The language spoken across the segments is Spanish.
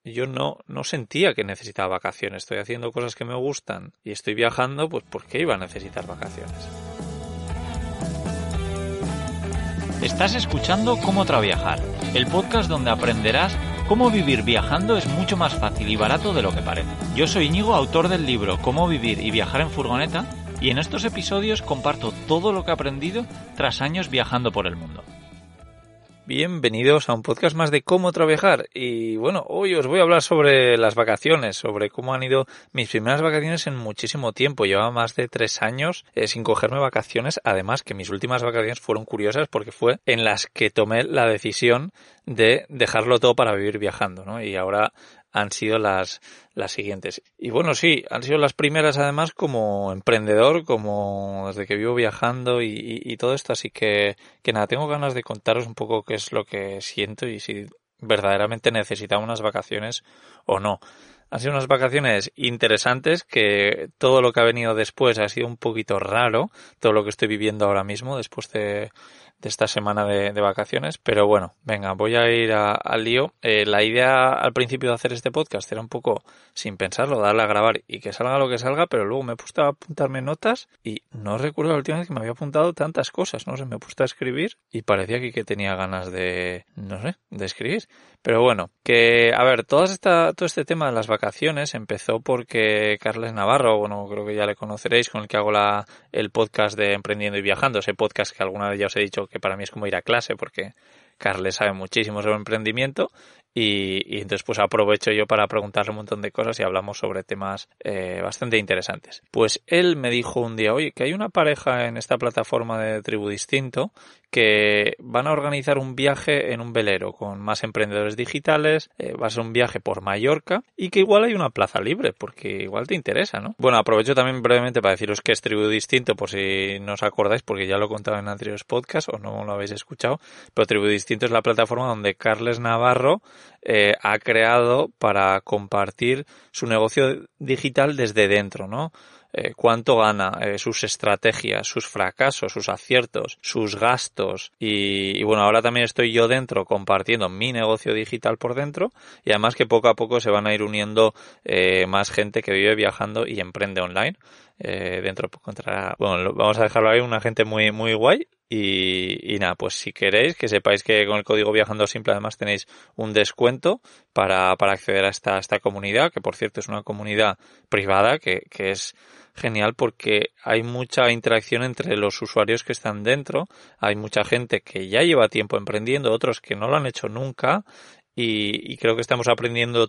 yo no sentía que necesitaba vacaciones. Estoy haciendo cosas que me gustan y estoy viajando, pues ¿por qué iba a necesitar vacaciones? Estás escuchando Cómo Traviajar, el podcast donde aprenderás cómo vivir viajando es mucho más fácil y barato de lo que parece. Yo soy Íñigo, autor del libro Cómo vivir y viajar en furgoneta, y en estos episodios comparto todo lo que he aprendido tras años viajando por el mundo. Bienvenidos a un podcast más de Cómo Traviajar. Y bueno, hoy os voy a hablar sobre las vacaciones, sobre cómo han ido mis primeras vacaciones en muchísimo tiempo. Llevaba más de 3 años sin cogerme vacaciones. Además que mis últimas vacaciones fueron curiosas porque fue en las que tomé la decisión de dejarlo todo para vivir viajando, ¿no? Y ahora han sido las siguientes. Y bueno, sí, han sido las primeras además como emprendedor, como desde que vivo viajando y todo esto. Así que nada, tengo ganas de contaros un poco qué es lo que siento y si verdaderamente necesitaba unas vacaciones o no. Han sido unas vacaciones interesantes, que todo lo que ha venido después ha sido un poquito raro, todo lo que estoy viviendo ahora mismo después de esta semana de vacaciones, pero bueno, venga, voy a ir al lío. La idea al principio de hacer este podcast era un poco sin pensarlo, darle a grabar y que salga lo que salga, pero luego me he puesto a apuntarme notas y no recuerdo la última vez que me había apuntado tantas cosas, no sé, me he puesto a escribir y parecía que tenía ganas de escribir. Pero bueno, que a ver, todo este tema de las vacaciones empezó porque Carles Navarro, bueno, creo que ya le conoceréis, con el que hago el podcast de Emprendiendo y Viajando, ese podcast que alguna vez ya os he dicho que para mí es como ir a clase porque Carles sabe muchísimo sobre emprendimiento y entonces pues aprovecho yo para preguntarle un montón de cosas y hablamos sobre temas bastante interesantes. Pues él me dijo un día, oye, que hay una pareja en esta plataforma de Tribu Distinto que van a organizar un viaje en un velero con más emprendedores digitales, va a ser un viaje por Mallorca y que igual hay una plaza libre porque igual te interesa, ¿no? Bueno, aprovecho también brevemente para deciros que es Tribu Distinto por si no os acordáis porque ya lo he contado en anteriores podcasts o no lo habéis escuchado, pero Tribu Distinto es la plataforma donde Carles Navarro ha creado para compartir su negocio digital desde dentro, ¿no? Cuánto gana, sus estrategias, sus fracasos, sus aciertos, sus gastos y bueno, ahora también estoy yo dentro compartiendo mi negocio digital por dentro y además que poco a poco se van a ir uniendo más gente que vive viajando y emprende online. Dentro encontrará, bueno, vamos a dejarlo ahí, una gente muy muy guay y nada, pues si queréis que sepáis que con el código Viajando Simple además tenéis un descuento para acceder a esta comunidad, que por cierto es una comunidad privada que es genial porque hay mucha interacción entre los usuarios que están dentro, hay mucha gente que ya lleva tiempo emprendiendo, otros que no lo han hecho nunca y creo que estamos aprendiendo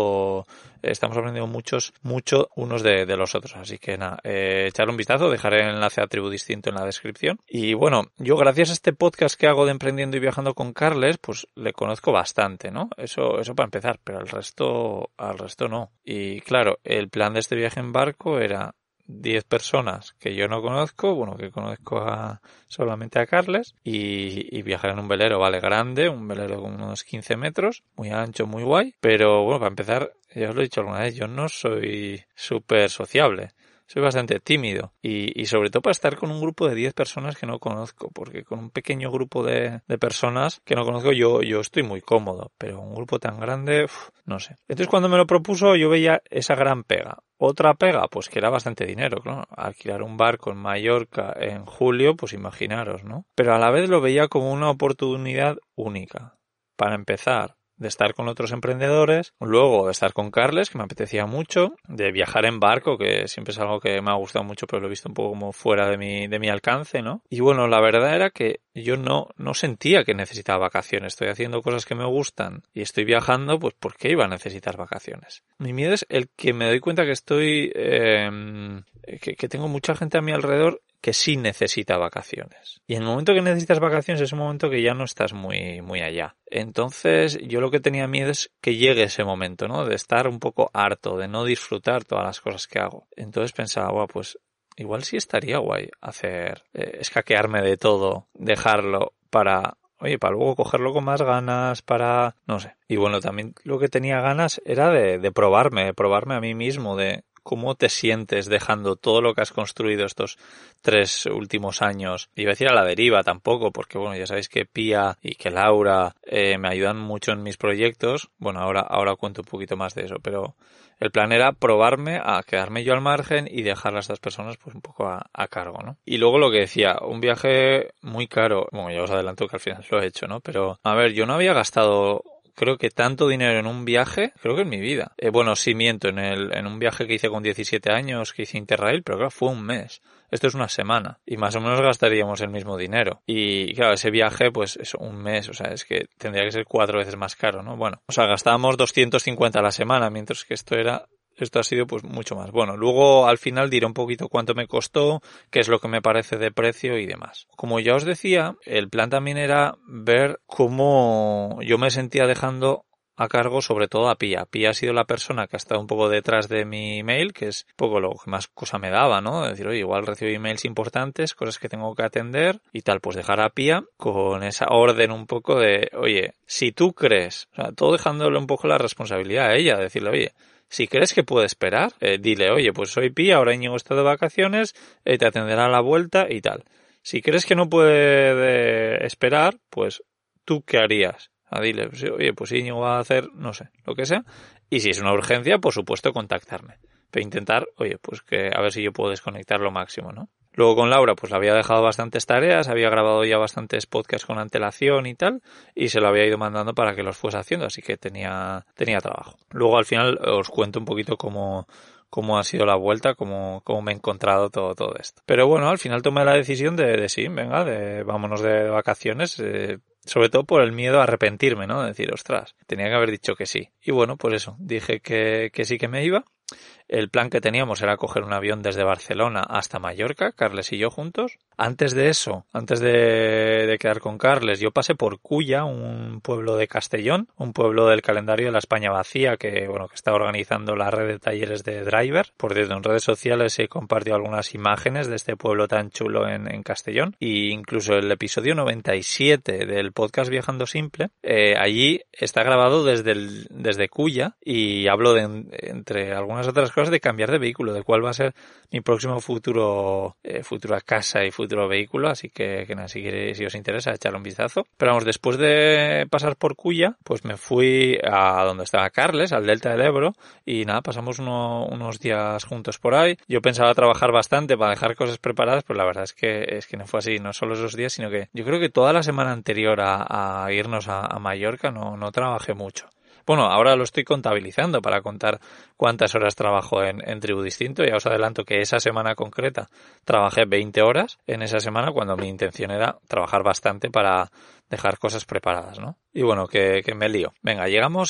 mucho unos de los otros, así que nada, echarle un vistazo, dejaré el enlace a Tribu Distinto en la descripción y bueno, yo gracias a este podcast que hago de Emprendiendo y Viajando con Carles, pues le conozco bastante, ¿no? Eso para empezar, pero al resto no, y claro, el plan de este viaje en barco era 10 personas que yo no conozco, bueno, que conozco solamente a Carles y viajar en un velero, vale, grande, un velero con unos 15 metros, muy ancho, muy guay, pero bueno, para empezar, ya os lo he dicho alguna vez, yo no soy súper sociable. Soy bastante tímido y sobre todo para estar con un grupo de 10 personas que no conozco, porque con un pequeño grupo de personas que no conozco yo estoy muy cómodo, pero un grupo tan grande, no sé. Entonces cuando me lo propuso yo veía esa gran pega. Otra pega, pues que era bastante dinero, claro. Alquilar un barco en Mallorca en julio, pues imaginaros, ¿no? Pero a la vez lo veía como una oportunidad única. Para empezar, de estar con otros emprendedores, luego de estar con Carles, que me apetecía mucho, de viajar en barco, que siempre es algo que me ha gustado mucho, pero lo he visto un poco como fuera de mi alcance, ¿no? Y bueno, la verdad era que yo no sentía que necesitaba vacaciones. Estoy haciendo cosas que me gustan y estoy viajando, pues ¿por qué iba a necesitar vacaciones? Mi miedo es el que me doy cuenta que estoy, que tengo mucha gente a mi alrededor que sí necesita vacaciones. Y en el momento que necesitas vacaciones es un momento que ya no estás muy, muy allá. Entonces, yo lo que tenía miedo es que llegue ese momento, ¿no? De estar un poco harto, de no disfrutar todas las cosas que hago. Entonces pensaba, bueno, pues igual sí estaría guay hacer, escaquearme de todo, dejarlo para luego cogerlo con más ganas, no sé. Y bueno, también lo que tenía ganas era de probarme a mí mismo, de cómo te sientes dejando todo lo que has construido estos 3 últimos años. Iba a decir a la deriva tampoco, porque bueno, ya sabéis que Pía y que Laura me ayudan mucho en mis proyectos. Bueno, ahora cuento un poquito más de eso, pero el plan era probarme a quedarme yo al margen y dejar a estas personas pues un poco a cargo, ¿no? Y luego lo que decía, un viaje muy caro. Bueno, ya os adelanto que al final lo he hecho, ¿no? Pero, a ver, yo no había gastado, creo que tanto dinero en un viaje, creo que en mi vida. Bueno, sí miento, en un viaje que hice con 17 años, que hice Interrail, pero claro, fue un mes. Esto es una semana. Y más o menos gastaríamos el mismo dinero. Y claro, ese viaje, pues es un mes, o sea, es que tendría que ser 4 veces más caro, ¿no? Bueno, o sea, gastábamos 250 a la semana, mientras que esto ha sido pues mucho más. Bueno, luego al final diré un poquito cuánto me costó, qué es lo que me parece de precio y demás. Como ya os decía, el plan también era ver cómo yo me sentía dejando a cargo sobre todo a Pía. Pía ha sido la persona que ha estado un poco detrás de mi email, que es un poco lo que más cosa me daba, ¿no? Es decir, oye, igual recibo emails importantes, cosas que tengo que atender y tal, pues dejar a Pía con esa orden un poco de, oye, si tú crees, o sea, todo dejándole un poco la responsabilidad a ella, decirle, oye, si crees que puede esperar, dile, oye, pues soy Pía, ahora Íñigo está de vacaciones, te atenderá a la vuelta y tal. Si crees que no puede esperar, pues, ¿tú qué harías? Dile, oye, pues Íñigo va a hacer, no sé, lo que sea. Y si es una urgencia, por supuesto, contactarme. Pero intentar, oye, pues que a ver si yo puedo desconectar lo máximo, ¿no? Luego con Laura, pues le había dejado bastantes tareas, había grabado ya bastantes podcasts con antelación y tal, y se lo había ido mandando para que los fuese haciendo, así que tenía trabajo. Luego al final os cuento un poquito cómo ha sido la vuelta, cómo me he encontrado todo esto. Pero bueno, al final tomé la decisión de sí, venga, vámonos de vacaciones, sobre todo por el miedo a arrepentirme, ¿no? De decir, ostras, tenía que haber dicho que sí. Y bueno, pues eso, dije que sí que me iba. El plan que teníamos era coger un avión desde Barcelona hasta Mallorca, Carles y yo juntos. Antes de eso, antes de quedar con Carles, yo pasé por Culla, un pueblo de Castellón, un pueblo del calendario de la España vacía que está organizando la red de talleres de Driver. Por cierto, en redes sociales he compartido algunas imágenes de este pueblo tan chulo en Castellón. Y incluso el episodio 97 del podcast Viajando Simple, allí está grabado desde Culla y hablo entre algunas otras cosas de cambiar de vehículo, de cuál va a ser mi próximo futura casa y futuro vehículo, así que nada, si os interesa echarle un vistazo. Pero vamos, después de pasar por Culla, pues me fui a donde estaba Carles, al Delta del Ebro, y nada, pasamos unos días juntos por ahí. Yo pensaba trabajar bastante para dejar cosas preparadas, pero la verdad es que no fue así, no solo esos días, sino que yo creo que toda la semana anterior a irnos a Mallorca no trabajé mucho. Bueno, ahora lo estoy contabilizando para contar cuántas horas trabajo en Tribu Distinto. Ya os adelanto que esa semana concreta trabajé 20 horas en esa semana cuando mi intención era trabajar bastante para dejar cosas preparadas, ¿no? Y bueno, que me lío. Venga, llegamos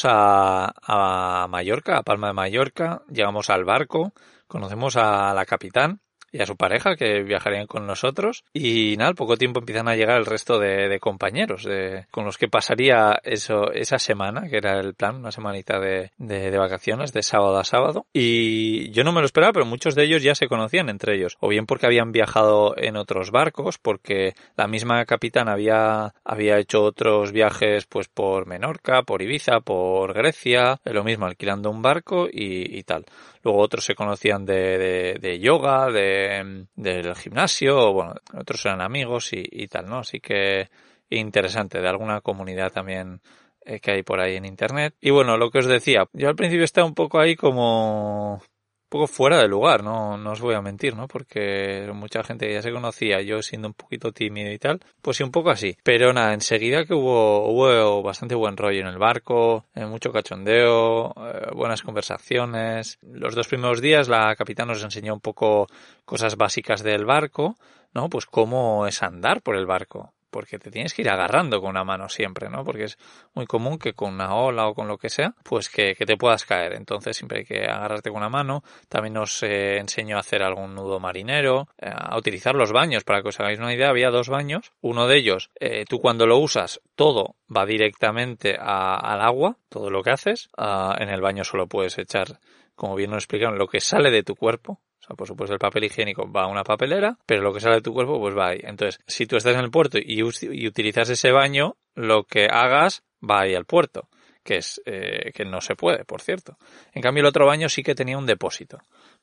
a Mallorca, a Palma de Mallorca, llegamos al barco, conocemos a la capitán y a su pareja que viajarían con nosotros y nada, al poco tiempo empiezan a llegar el resto de compañeros con los que pasaría esa semana, que era el plan, una semanita de vacaciones de sábado a sábado, y yo no me lo esperaba, pero muchos de ellos ya se conocían entre ellos, o bien porque habían viajado en otros barcos, porque la misma capitán había hecho otros viajes pues por Menorca, por Ibiza, por Grecia, lo mismo, alquilando un barco y tal. Luego otros se conocían de yoga, del gimnasio, bueno, otros eran amigos y tal, ¿no? Así que interesante, de alguna comunidad también que hay por ahí en internet. Y bueno, lo que os decía, yo al principio estaba un poco ahí como un poco fuera de lugar, no os voy a mentir, ¿no? Porque mucha gente que ya se conocía, yo siendo un poquito tímido y tal, pues sí, un poco así. Pero nada, enseguida que hubo bastante buen rollo en el barco, mucho cachondeo, buenas conversaciones. Los 2 primeros días la capitán nos enseñó un poco cosas básicas del barco, ¿no? Pues cómo es andar por el barco. Porque te tienes que ir agarrando con una mano siempre, ¿no? Porque es muy común que con una ola o con lo que sea, pues que te puedas caer. Entonces siempre hay que agarrarte con una mano. También nos enseñó a hacer algún nudo marinero, a utilizar los baños. Para que os hagáis una idea, había 2 baños. Uno de ellos, tú cuando lo usas, todo va directamente al agua, todo lo que haces. En el baño solo puedes echar, como bien nos explicaron, lo que sale de tu cuerpo. O sea, por supuesto el papel higiénico va a una papelera, pero lo que sale de tu cuerpo pues va ahí. Entonces, si tú estás en el puerto y utilizas ese baño, lo que hagas va ahí al puerto, que es que no se puede, por cierto. En cambio el otro baño sí que tenía un depósito,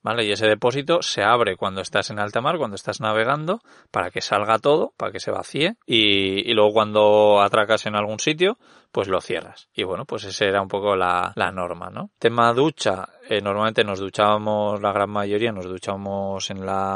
¿vale? Y ese depósito se abre cuando estás en alta mar, cuando estás navegando, para que salga todo, para que se vacíe, y luego cuando atracas en algún sitio, pues lo cierras. Y bueno, pues esa era un poco la norma, ¿no? Tema ducha, normalmente nos duchábamos, la gran mayoría nos duchábamos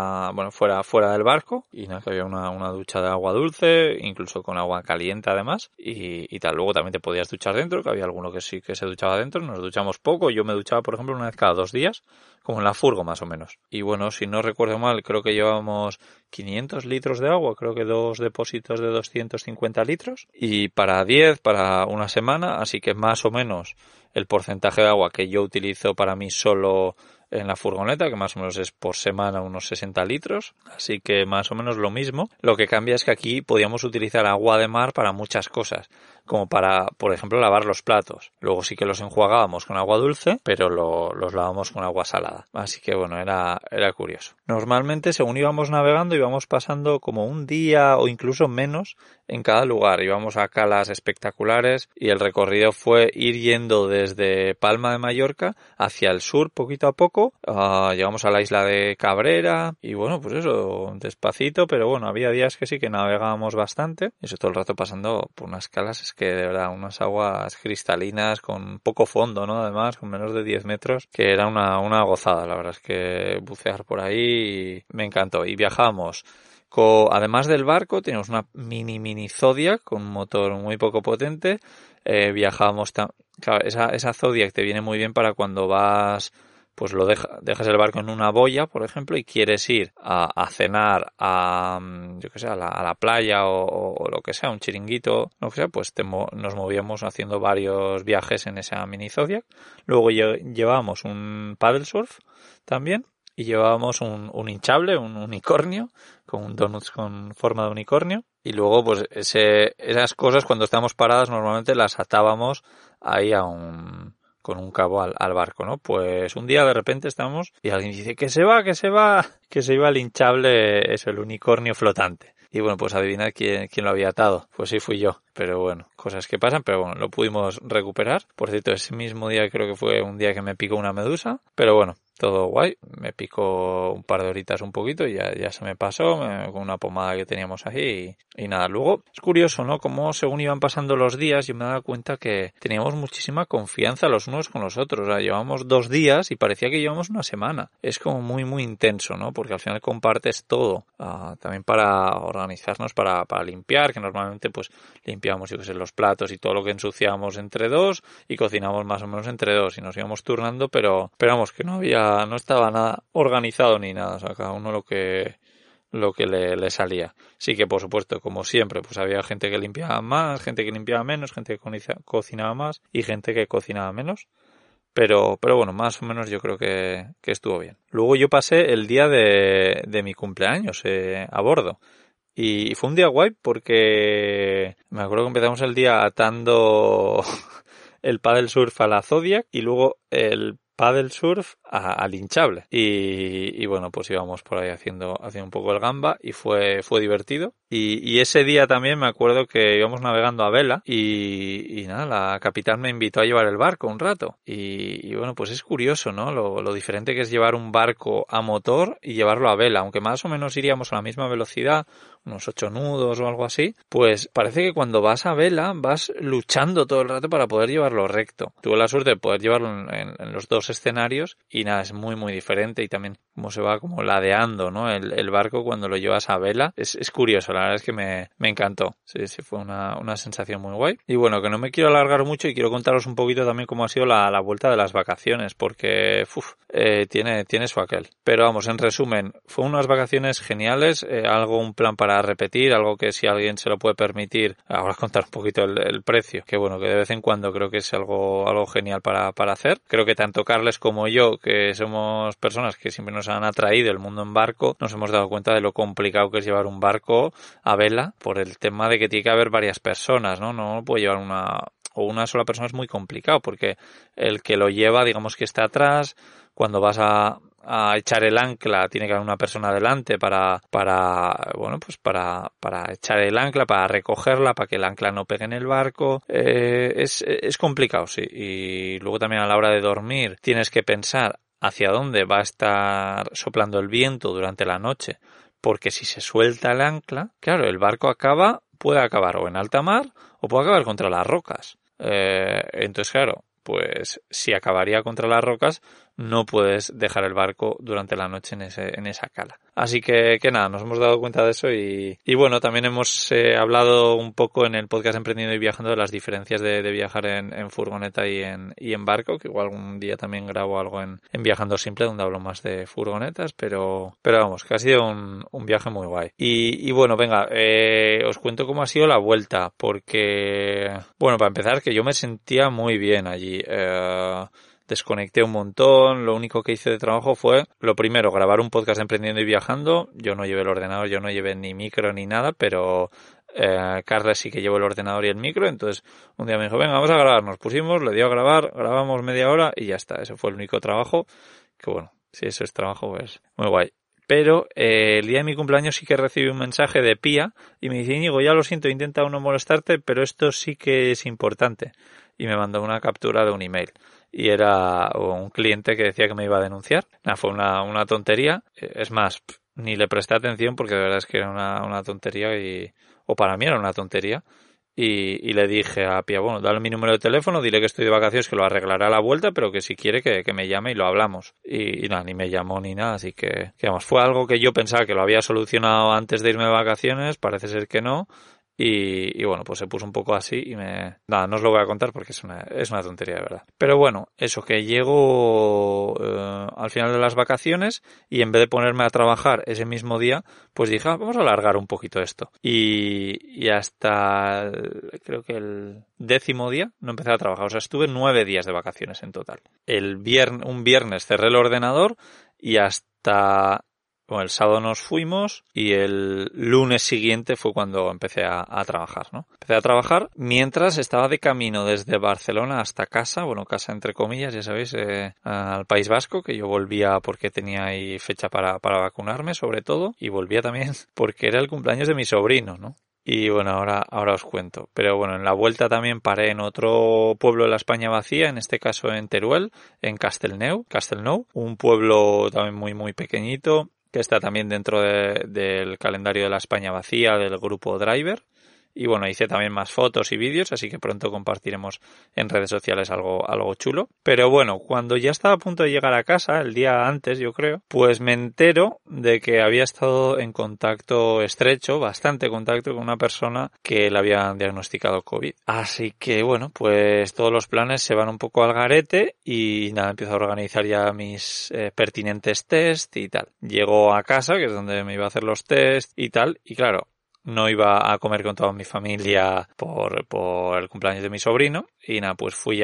fuera del barco, y nada, que había una ducha de agua dulce, incluso con agua caliente además, y tal. Luego también te podías duchar dentro, que había alguno que sí que se duchaba dentro, nos duchamos poco, yo me duchaba por ejemplo una vez cada 2 días, como en la furgo más o menos. Y bueno, si no recuerdo mal, creo que llevábamos 500 litros de agua, creo que 2 depósitos de 250 litros, y para una semana, así que más o menos el porcentaje de agua que yo utilizo para mí solo en la furgoneta, que más o menos es por semana unos 60 litros, así que más o menos lo mismo. Lo que cambia es que aquí podíamos utilizar agua de mar para muchas cosas, como para, por ejemplo, lavar los platos. Luego sí que los enjuagábamos con agua dulce, pero los lavábamos con agua salada. Así que bueno, era curioso. Normalmente, según íbamos navegando, íbamos pasando como un día o incluso menos en cada lugar. Íbamos a calas espectaculares y el recorrido fue ir yendo desde Palma de Mallorca hacia el sur poquito a poco. Llegamos a la isla de Cabrera y bueno, pues eso, despacito, pero bueno, había días que sí que navegábamos bastante. Y eso todo el rato pasando por unas calas, es que de verdad, unas aguas cristalinas con poco fondo, ¿no? Además, con menos de 10 metros, que era una gozada. La verdad es que bucear por ahí me encantó. Y viajamos. Además del barco, teníamos una mini Zodiac con un motor muy poco potente. Viajábamos, claro, esa Zodiac te viene muy bien para cuando vas, pues dejas el barco en una boya, por ejemplo, y quieres ir a cenar yo que sé, a la playa o lo que sea, un chiringuito, lo que sea, pues nos movíamos haciendo varios viajes en esa mini Zodiac. Luego llevábamos un paddle surf también. Y llevábamos un hinchable, un unicornio, con donuts con forma de unicornio. Y luego, pues, esas cosas cuando estábamos paradas normalmente las atábamos ahí con un cabo al barco, ¿no? Pues un día de repente estamos y alguien dice que se iba el hinchable, el unicornio flotante. Y bueno, pues adivinad quién lo había atado. Pues sí, fui yo. Pero bueno, cosas que pasan, pero bueno, lo pudimos recuperar. Por cierto, ese mismo día creo que fue un día que me picó una medusa. Pero bueno, todo guay. Me picó un par de horitas un poquito y ya se me pasó con una pomada que teníamos ahí y nada. Luego es curioso, ¿no? Como según iban pasando los días yo me daba cuenta que teníamos muchísima confianza los unos con los otros. O sea, llevamos 2 días y parecía que llevamos una semana. Es como muy, muy intenso, ¿no? Porque al final compartes todo. También para organizarnos, para limpiar, que normalmente pues limpiamos, yo que sé, los platos y todo lo que ensuciamos entre 2 y cocinamos más o menos entre 2 y nos íbamos turnando, pero vamos, que no estaba nada organizado ni nada, o sea, cada uno lo que le salía. Sí que por supuesto, como siempre, pues había gente que limpiaba más, gente que limpiaba menos, gente que cocinaba más y gente que cocinaba menos. Pero bueno, más o menos yo creo que estuvo bien. Luego yo pasé el día de mi cumpleaños a bordo. Y fue un día guay porque me acuerdo que empezamos el día atando el paddle surf a la Zodiac y luego el paddle surf al hinchable. Y bueno, pues íbamos por ahí haciendo un poco el gamba y fue divertido. Y ese día también me acuerdo que íbamos navegando a vela y nada, la capitán me invitó a llevar el barco un rato. Y bueno, pues es curioso, ¿no? Lo diferente que es llevar un barco a motor y llevarlo a vela. Aunque más o menos iríamos a la misma velocidad, unos 8 nudos o algo así, pues parece que cuando vas a vela vas luchando todo el rato para poder llevarlo recto. Tuve la suerte de poder llevarlo en los 2 escenarios y nada, es muy muy diferente y también cómo se va como ladeando, ¿no? El barco cuando lo llevas a vela es curioso, la verdad es que me encantó. Sí, fue una sensación muy guay. Y bueno, que no me quiero alargar mucho y quiero contaros un poquito también cómo ha sido la vuelta de las vacaciones, porque tiene su aquel. Pero vamos, en resumen, fue unas vacaciones geniales, un plan para repetir, algo que si alguien se lo puede permitir, ahora contar un poquito el precio, que bueno, que de vez en cuando creo que es algo genial para hacer. Creo que tanto Carles como yo, que somos personas que siempre nos han atraído el mundo en barco, nos hemos dado cuenta de lo complicado que es llevar un barco a vela por el tema de que tiene que haber varias personas, ¿no? No puede llevar una sola persona, es muy complicado porque el que lo lleva, digamos que está atrás, cuando vas a echar el ancla tiene que haber una persona delante para echar el ancla, para recogerla, para que el ancla no pegue en el barco. Es complicado, sí. Y luego también a la hora de dormir tienes que pensar hacia dónde va a estar soplando el viento durante la noche, porque si se suelta el ancla, claro, el barco puede acabar o en alta mar o puede acabar contra las rocas. Entonces, claro, pues si acabaría contra las rocas, no puedes dejar el barco durante la noche en esa cala. Así que nada, nos hemos dado cuenta de eso y bueno, también hemos hablado un poco en el podcast Emprendiendo y Viajando de las diferencias de viajar en furgoneta y en barco, que igual algún día también grabo algo en Viajando Simple donde hablo más de furgonetas, pero vamos, que ha sido un viaje muy guay. Y bueno, venga, os cuento cómo ha sido la vuelta, porque, bueno, para empezar, que yo me sentía muy bien allí. Desconecté un montón, lo único que hice de trabajo fue, lo primero, grabar un podcast de Emprendiendo y Viajando. Yo no llevé el ordenador, yo no llevé ni micro ni nada, pero Carla sí que llevó el ordenador y el micro, entonces un día me dijo, venga, vamos a grabar, nos pusimos, le dio a grabar, grabamos media hora y ya está, ese fue el único trabajo, que bueno, si eso es trabajo, pues muy guay. Pero el día de mi cumpleaños sí que recibí un mensaje de Pía y me dice, Íñigo, ya lo siento, he intentado no molestarte, pero esto sí que es importante. Y me mandó una captura de un email. Y era un cliente que decía que me iba a denunciar. Fue una tontería. Es más, ni le presté atención porque de verdad es que era una tontería o para mí era una tontería. Y le dije a Pía, bueno, dale mi número de teléfono, dile que estoy de vacaciones, que lo arreglará a la vuelta, pero que si quiere que me llame y lo hablamos. Y nada, ni me llamó ni nada, así que vamos, fue algo que yo pensaba que lo había solucionado antes de irme de vacaciones, parece ser que no. Y bueno, pues se puso un poco así y nada, no os lo voy a contar porque es una tontería de verdad. Pero bueno, eso, que llego al final de las vacaciones y en vez de ponerme a trabajar ese mismo día, pues dije, vamos a alargar un poquito esto. Y hasta creo que el 10º día no empecé a trabajar. O sea, estuve 9 días de vacaciones en total. Un viernes cerré el ordenador y hasta... Bueno, el sábado nos fuimos y el lunes siguiente fue cuando empecé a trabajar, ¿no? Empecé a trabajar mientras estaba de camino desde Barcelona hasta casa, bueno, casa entre comillas, ya sabéis, al País Vasco, que yo volvía porque tenía ahí fecha para vacunarme, sobre todo, y volvía también porque era el cumpleaños de mi sobrino, ¿no? Y bueno, ahora os cuento. Pero bueno, en la vuelta también paré en otro pueblo de la España vacía, en este caso en Teruel, en Castelnou, un pueblo también muy, muy pequeñito, que está también dentro del calendario de la España vacía del grupo Driver. Y bueno, hice también más fotos y vídeos, así que pronto compartiremos en redes sociales algo chulo. Pero bueno, cuando ya estaba a punto de llegar a casa, el día antes yo creo, pues me entero de que había estado en contacto estrecho, bastante contacto con una persona que le habían diagnosticado COVID. Así que bueno, pues todos los planes se van un poco al garete y nada, empiezo a organizar ya mis pertinentes test y tal. Llego a casa, que es donde me iba a hacer los test y tal, y claro, no iba a comer con toda mi familia por el cumpleaños de mi sobrino y nada, pues fui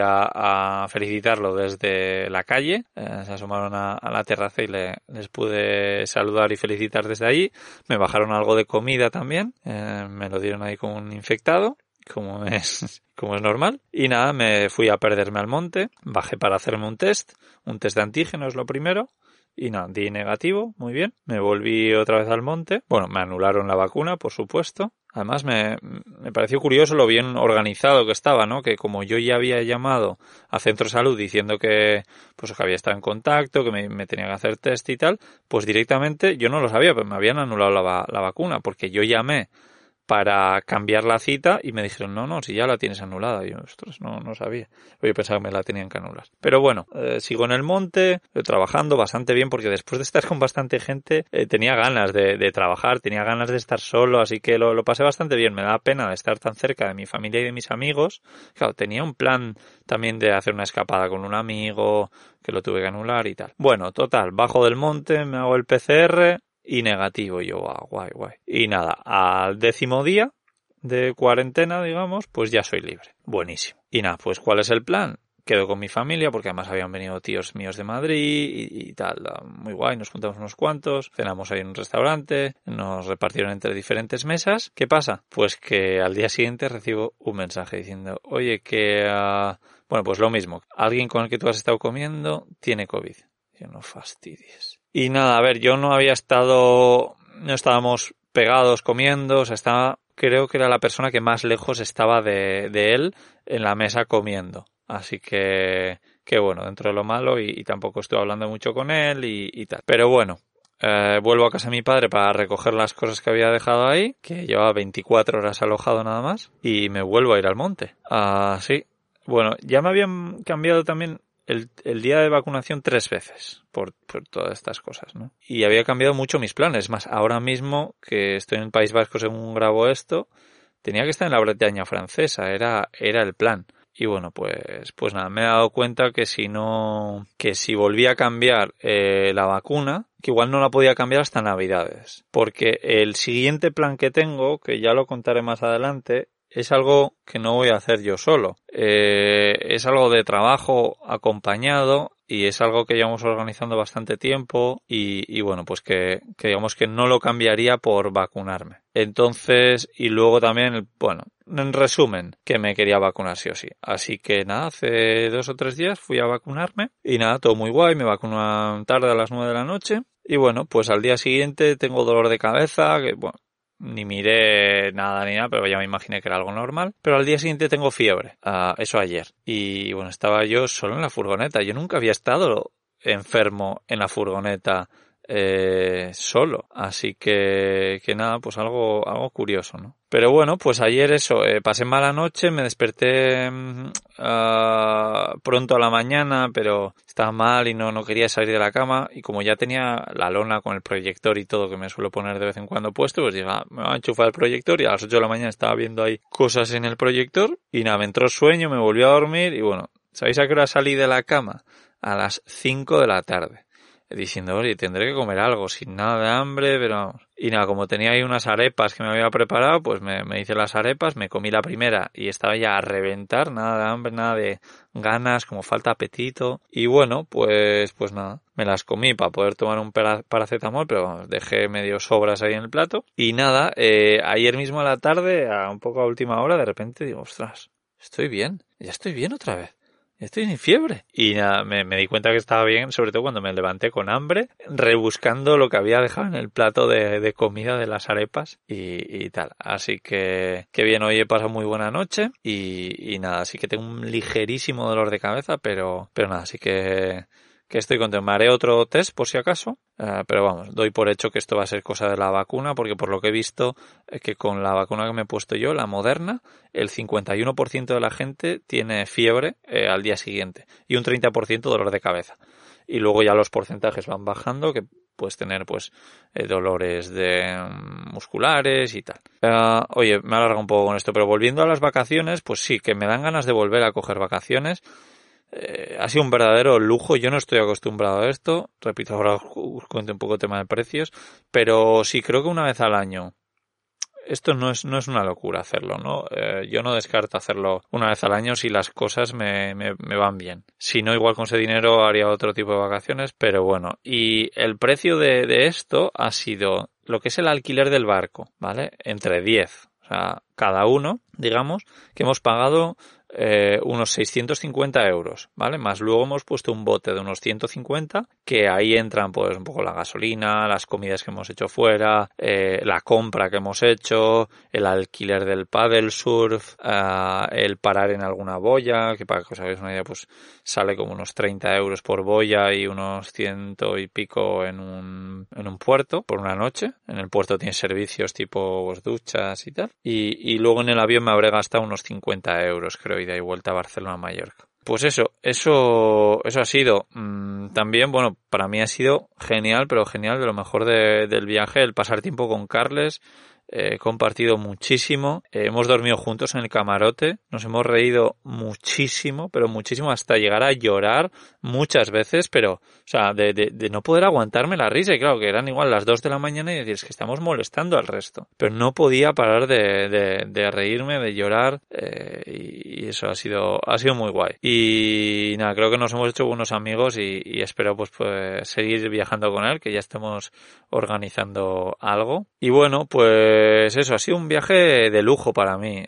a felicitarlo desde la calle, se asomaron a la terraza y les pude saludar y felicitar desde ahí, me bajaron algo de comida también, me lo dieron ahí como un infectado, como es normal, y nada, me fui a perderme al monte, bajé para hacerme un test de antígenos lo primero. Y nada, di negativo, muy bien. Me volví otra vez al monte. Bueno, me anularon la vacuna, por supuesto. Además, me pareció curioso lo bien organizado que estaba, ¿no? Que como yo ya había llamado a Centro de Salud diciendo que había estado en contacto, que me tenía que hacer test y tal, pues directamente yo no lo sabía, pero me habían anulado la vacuna, porque yo llamé para cambiar la cita y me dijeron, no, si ya la tienes anulada. Y yo, ostras, no sabía. Yo pensaba que me la tenían que anular. Pero bueno, sigo en el monte, trabajando bastante bien porque después de estar con bastante gente tenía ganas de trabajar, tenía ganas de estar solo, así que lo pasé bastante bien. Me da pena de estar tan cerca de mi familia y de mis amigos. Claro, tenía un plan también de hacer una escapada con un amigo que lo tuve que anular y tal. Bueno, total, bajo del monte, me hago el PCR... y negativo, y yo, guay. Y nada, al 10º día de cuarentena, digamos, pues ya soy libre. Buenísimo. Y nada, pues ¿cuál es el plan? Quedo con mi familia, porque además habían venido tíos míos de Madrid y tal, muy guay, nos juntamos unos cuantos, cenamos ahí en un restaurante, nos repartieron entre diferentes mesas. ¿Qué pasa? Pues que al día siguiente recibo un mensaje diciendo, oye, que, bueno, pues lo mismo, alguien con el que tú has estado comiendo tiene COVID. Yo, no fastidies. Y nada, a ver, yo no estábamos pegados comiendo, o sea, creo que era la persona que más lejos estaba de él en la mesa comiendo. Así que que bueno, dentro de lo malo y tampoco estuve hablando mucho con él y tal. Pero bueno, vuelvo a casa de mi padre para recoger las cosas que había dejado ahí, que llevaba 24 horas alojado nada más, y me vuelvo a ir al monte. Sí. Bueno, ya me habían cambiado también el día de vacunación 3 veces por todas estas cosas, ¿no? Y había cambiado mucho mis planes. Más, ahora mismo que estoy en el País Vasco según grabo esto, tenía que estar en la Bretaña francesa, era el plan. Y bueno, pues nada, me he dado cuenta que si volvía a cambiar la vacuna, que igual no la podía cambiar hasta Navidades. Porque el siguiente plan que tengo, que ya lo contaré más adelante, es algo que no voy a hacer yo solo. Es algo de trabajo acompañado y es algo que llevamos organizando bastante tiempo y bueno, pues que digamos que no lo cambiaría por vacunarme. Entonces, y luego también, bueno, en resumen, que me quería vacunar sí o sí. Así que nada, hace 2 o 3 días fui a vacunarme y nada, todo muy guay, me vacunan tarde a las 9 de la noche y bueno, pues al día siguiente tengo dolor de cabeza, que bueno, ni miré nada ni nada, pero ya me imaginé que era algo normal. Pero al día siguiente tengo fiebre. Eso ayer. Y bueno, estaba yo solo en la furgoneta. Yo nunca había estado enfermo en la furgoneta solo. Así que nada, pues algo curioso, ¿no? Pero bueno, pues ayer eso, pasé mala noche, me desperté pronto a la mañana, pero estaba mal y no quería salir de la cama, y como ya tenía la lona con el proyector y todo que me suelo poner de vez en cuando puesto, pues dije, me voy a enchufar el proyector, y a las 8 de la mañana estaba viendo ahí cosas en el proyector y nada, me entró sueño, me volví a dormir y bueno, ¿sabéis a qué hora salí de la cama? A las 5 de la tarde. Diciendo, oye, tendré que comer algo, sin nada de hambre, pero vamos. Y nada, como tenía ahí unas arepas que me había preparado, pues me hice las arepas, me comí la primera y estaba ya a reventar, nada de hambre, nada de ganas, como falta apetito. Y bueno, pues nada, me las comí para poder tomar un paracetamol, pero vamos, dejé medio sobras ahí en el plato. Y nada, ayer mismo a la tarde, un poco a última hora, de repente digo, ostras, estoy bien, ya estoy bien otra vez. Estoy sin fiebre. Y nada, me di cuenta que estaba bien, sobre todo cuando me levanté con hambre, rebuscando lo que había dejado en el plato de comida de las arepas y tal. Así que bien, hoy he pasado muy buena noche y nada, así que tengo un ligerísimo dolor de cabeza, pero nada, así que estoy contento. Me haré otro test por si acaso, pero vamos, doy por hecho que esto va a ser cosa de la vacuna, porque por lo que he visto es que con la vacuna que me he puesto yo, la Moderna, el 51% de la gente tiene fiebre al día siguiente y un 30% dolor de cabeza. Y luego ya los porcentajes van bajando, que puedes tener dolores musculares y tal. Oye, me alargo un poco con esto, pero volviendo a las vacaciones, pues sí, que me dan ganas de volver a coger vacaciones. Ha sido un verdadero lujo, yo no estoy acostumbrado a esto, repito, ahora os cuento un poco el tema de precios, pero sí, creo que una vez al año, esto no es una locura hacerlo, ¿no? Yo no descarto hacerlo una vez al año si las cosas me van bien. Si no, igual con ese dinero haría otro tipo de vacaciones, pero bueno. Y el precio de esto ha sido lo que es el alquiler del barco, ¿vale? Entre 10, o sea, cada uno, digamos, que hemos pagado unos 650 euros, ¿vale? Más luego hemos puesto un bote de unos 150, que ahí entran pues un poco la gasolina, las comidas que hemos hecho fuera, la compra que hemos hecho, el alquiler del paddle surf, el parar en alguna boya, que para que os hagáis una idea pues sale como unos 30 euros por boya y unos 100 y pico en un puerto por una noche. En el puerto tiene servicios tipo pues, duchas y tal. Y luego en el avión me habré gastado unos 50 euros, creo, ida y vuelta a Barcelona-Mallorca. Pues eso ha sido. También, bueno, para mí ha sido genial, pero genial, de lo mejor del viaje, el pasar tiempo con Carles. He compartido muchísimo, hemos dormido juntos en el camarote, nos hemos reído muchísimo, pero muchísimo, hasta llegar a llorar muchas veces, pero, o sea, de no poder aguantarme la risa, y claro, que eran igual las 2 de la mañana y decir, es que estamos molestando al resto, pero no podía parar de reírme, de llorar, y eso ha sido muy guay. Y nada, creo que nos hemos hecho buenos amigos y espero pues seguir viajando con él, que ya estemos organizando algo. Y bueno, pues eso, ha sido un viaje de lujo para mí.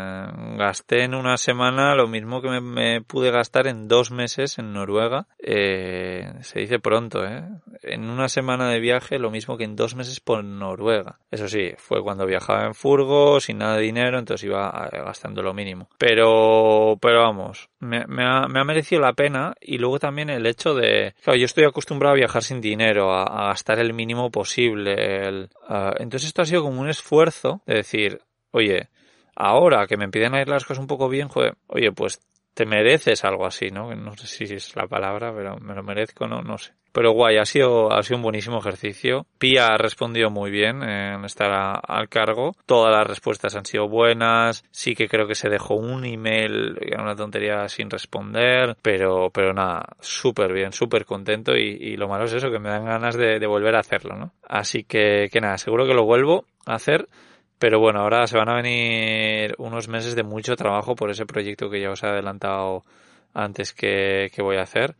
Gasté en una semana lo mismo que me pude gastar en 2 meses en Noruega. Se dice pronto, en una semana de viaje lo mismo que en 2 meses por Noruega. Eso sí, fue cuando viajaba en furgo, sin nada de dinero, entonces iba gastando lo mínimo. Pero vamos, me ha merecido la pena, y luego también el hecho de... Claro, yo estoy acostumbrado a viajar sin dinero, a gastar el mínimo posible. Entonces esto ha sido como un esfuerzo de decir, oye, ahora que me empiezan a ir las cosas un poco bien, joder, oye, pues te mereces algo así, ¿no? No sé si es la palabra, pero me lo merezco, no sé. Pero guay, ha sido un buenísimo ejercicio. Pia ha respondido muy bien en estar al cargo. Todas las respuestas han sido buenas. Sí que creo que se dejó un email, que era una tontería, sin responder. Pero nada, súper bien, súper contento. Y lo malo es eso, que me dan ganas de volver a hacerlo, ¿no? Así que nada, seguro que lo vuelvo a hacer. Pero bueno, ahora se van a venir unos meses de mucho trabajo por ese proyecto que ya os he adelantado antes que voy a hacer,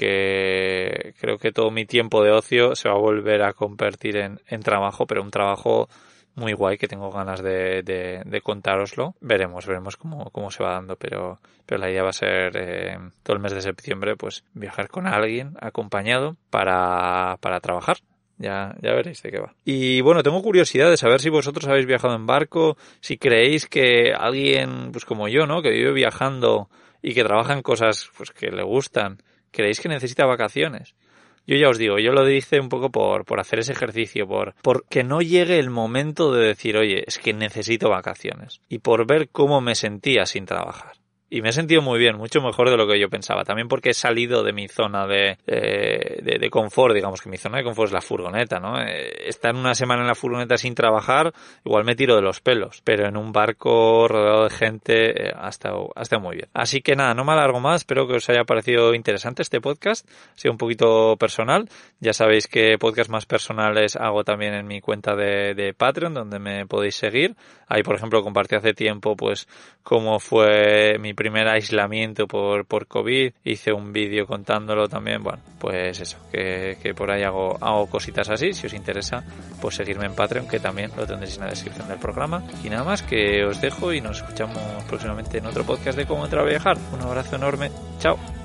porque creo que todo mi tiempo de ocio se va a volver a convertir en trabajo, pero un trabajo muy guay que tengo ganas de contároslo. Veremos cómo se va dando, pero la idea va a ser todo el mes de septiembre pues viajar con alguien acompañado para trabajar. Ya veréis de qué va. Y bueno, tengo curiosidad de saber si vosotros habéis viajado en barco, si creéis que alguien, pues como yo, ¿no?, que vive viajando y que trabaja en cosas pues que le gustan, ¿creéis que necesita vacaciones? Yo ya os digo, yo lo hice un poco por hacer ese ejercicio, por que no llegue el momento de decir, oye, es que necesito vacaciones, y por ver cómo me sentía sin trabajar. Y me he sentido muy bien, mucho mejor de lo que yo pensaba. También porque he salido de mi zona de confort, digamos que mi zona de confort es la furgoneta, ¿no? Estar una semana en la furgoneta sin trabajar, igual me tiro de los pelos. Pero en un barco rodeado de gente ha estado muy bien. Así que nada, no me alargo más. Espero que os haya parecido interesante este podcast. Ha sido un poquito personal. Ya sabéis que podcast más personales hago también en mi cuenta de Patreon, donde me podéis seguir. Ahí, por ejemplo, compartí hace tiempo pues cómo fue mi primer aislamiento por COVID. Hice un vídeo contándolo también. Bueno, pues eso, que por ahí hago cositas así. Si os interesa, pues seguirme en Patreon, que también lo tendréis en la descripción del programa. Y nada más, que os dejo y nos escuchamos próximamente en otro podcast de Cómo Traviajar. Un abrazo enorme. Chao.